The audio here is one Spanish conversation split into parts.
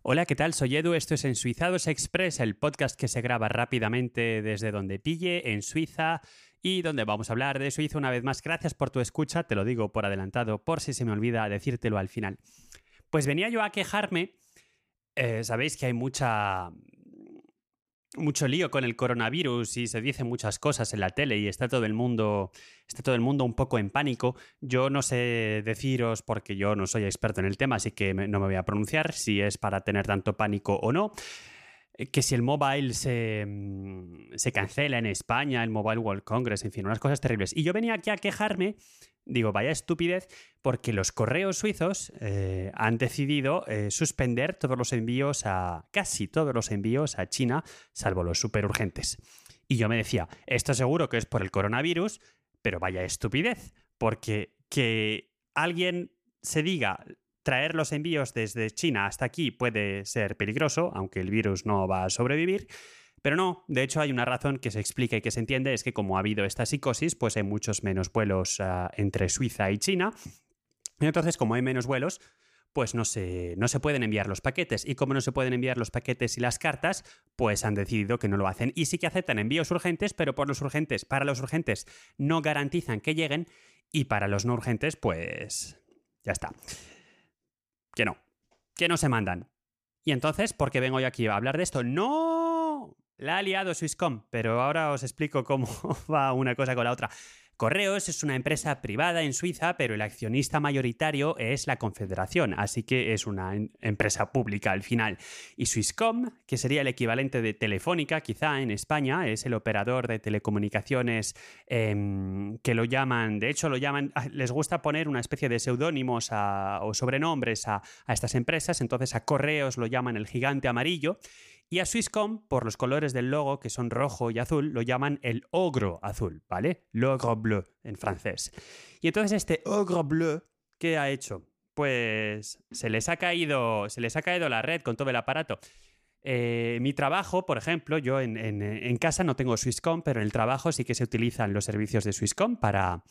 Hola, ¿qué tal? Soy Edu, esto es Ensuizados Express, el podcast que se graba rápidamente desde donde pille, en Suiza, y donde vamos a hablar de Suiza una vez más. Gracias por tu escucha, te lo digo por adelantado, por si se me olvida decírtelo al final. Pues venía yo a quejarme, sabéis que hay mucho lío con el coronavirus y se dicen muchas cosas en la tele y está todo el mundo un poco en pánico. Yo no sé deciros porque yo no soy experto en el tema, así que no me voy a pronunciar si es para tener tanto pánico o no. Que si el mobile se cancela en España, el Mobile World Congress, en fin, unas cosas terribles. Y yo venía aquí a quejarme, digo, vaya estupidez, porque los correos suizos han decidido suspender todos los envíos casi todos los envíos a China, salvo los súper urgentes. Y yo me decía, esto seguro que es por el coronavirus, pero vaya estupidez, porque que alguien se diga traer los envíos desde China hasta aquí puede ser peligroso, aunque el virus no va a sobrevivir. Pero no, de hecho hay una razón que se explica y que se entiende, es que como ha habido esta psicosis, pues hay muchos menos vuelos entre Suiza y China. Y entonces, como hay menos vuelos, pues no se pueden enviar los paquetes. Y como no se pueden enviar los paquetes y las cartas, pues han decidido que no lo hacen. Y sí que aceptan envíos urgentes, pero para los urgentes no garantizan que lleguen. Y para los no urgentes, pues ya está. Que no se mandan. Y entonces, ¿por qué vengo yo aquí a hablar de esto? ¡No! La ha liado Swisscom, pero ahora os explico cómo va una cosa con la otra. Correos es una empresa privada en Suiza, pero el accionista mayoritario es la Confederación, así que es una empresa pública al final. Y Swisscom, que sería el equivalente de Telefónica, quizá en España, es el operador de telecomunicaciones que lo llaman, de hecho les gusta poner una especie de seudónimos o sobrenombres a estas empresas, entonces a Correos lo llaman el gigante amarillo. Y a Swisscom, por los colores del logo, que son rojo y azul, lo llaman el ogro azul, ¿vale? L'ogre bleu en francés. Y entonces este ogre bleu, ¿qué ha hecho? Pues se les ha caído la red con todo el aparato. Mi trabajo, por ejemplo, yo en casa no tengo Swisscom, pero en el trabajo sí que se utilizan los servicios de Swisscom para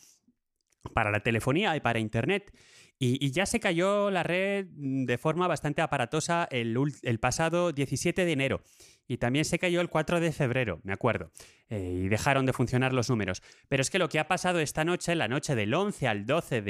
la telefonía y para internet. Y ya se cayó la red de forma bastante aparatosa el pasado 17 de enero. Y también se cayó el 4 de febrero, me acuerdo. Y dejaron de funcionar los números. Pero es que lo que ha pasado esta noche, la noche del 11 al 12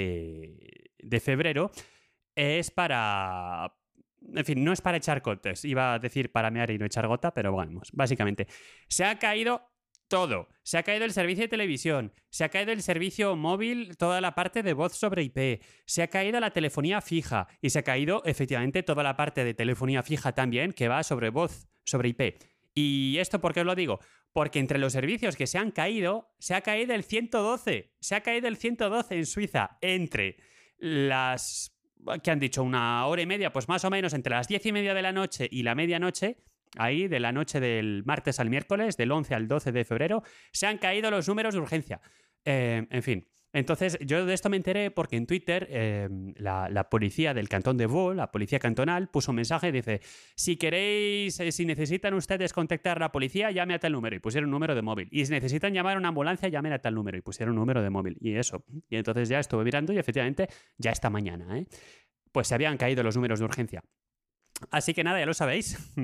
de febrero, es para... En fin, no es para echar cotes. Iba a decir para mear y no echar gota, pero vamos, básicamente. Se ha caído todo. Se ha caído el servicio de televisión, se ha caído el servicio móvil, toda la parte de voz sobre IP, se ha caído la telefonía fija y se ha caído efectivamente toda la parte de telefonía fija también que va sobre voz sobre IP. ¿Y esto por qué os lo digo? Porque entre los servicios que se han caído, se ha caído el 112. Se ha caído el 112 en Suiza entre las... ¿Qué han dicho? Una hora y media, pues más o menos entre las 10:30 de la noche y la medianoche. Ahí, de la noche del martes al miércoles, del 11 al 12 de febrero, se han caído los números de urgencia. En fin, entonces yo de esto me enteré porque en Twitter la policía del cantón de Vaud, la policía cantonal, puso un mensaje y dice: si queréis, si necesitan ustedes contactar a la policía, llame a tal número, y pusieron un número de móvil. Y si necesitan llamar a una ambulancia, llamen a tal número, y pusieron un número de móvil. Y eso. Y entonces ya estuve mirando y efectivamente ya esta mañana, pues se habían caído los números de urgencia. Así que nada, ya lo sabéis.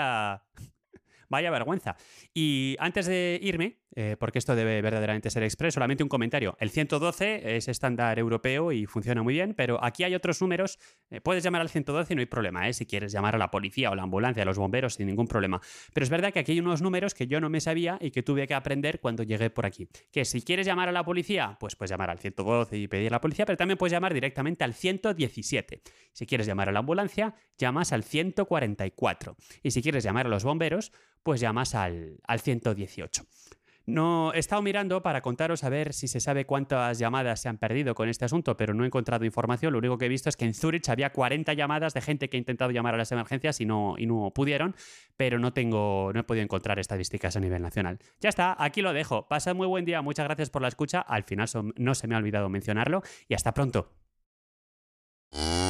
Vaya vergüenza. Y antes de irme, porque esto debe verdaderamente ser express, solamente un comentario. El 112 es estándar europeo y funciona muy bien, pero aquí hay otros números. Puedes llamar al 112 y no hay problema, si quieres llamar a la policía o a la ambulancia, a los bomberos, sin ningún problema. Pero es verdad que aquí hay unos números que yo no me sabía y que tuve que aprender cuando llegué por aquí. Que si quieres llamar a la policía, pues puedes llamar al 112 y pedir a la policía, pero también puedes llamar directamente al 117. Si quieres llamar a la ambulancia, llamas al 144. Y si quieres llamar a los bomberos, pues llamas al 118. No he estado mirando para contaros a ver si se sabe cuántas llamadas se han perdido con este asunto, pero no he encontrado información. Lo único que he visto es que en Zurich había 40 llamadas de gente que ha intentado llamar a las emergencias y no pudieron, pero no he podido encontrar estadísticas a nivel nacional. Ya está, aquí lo dejo. Pasad muy buen día, muchas gracias por la escucha. Al final no se me ha olvidado mencionarlo y hasta pronto.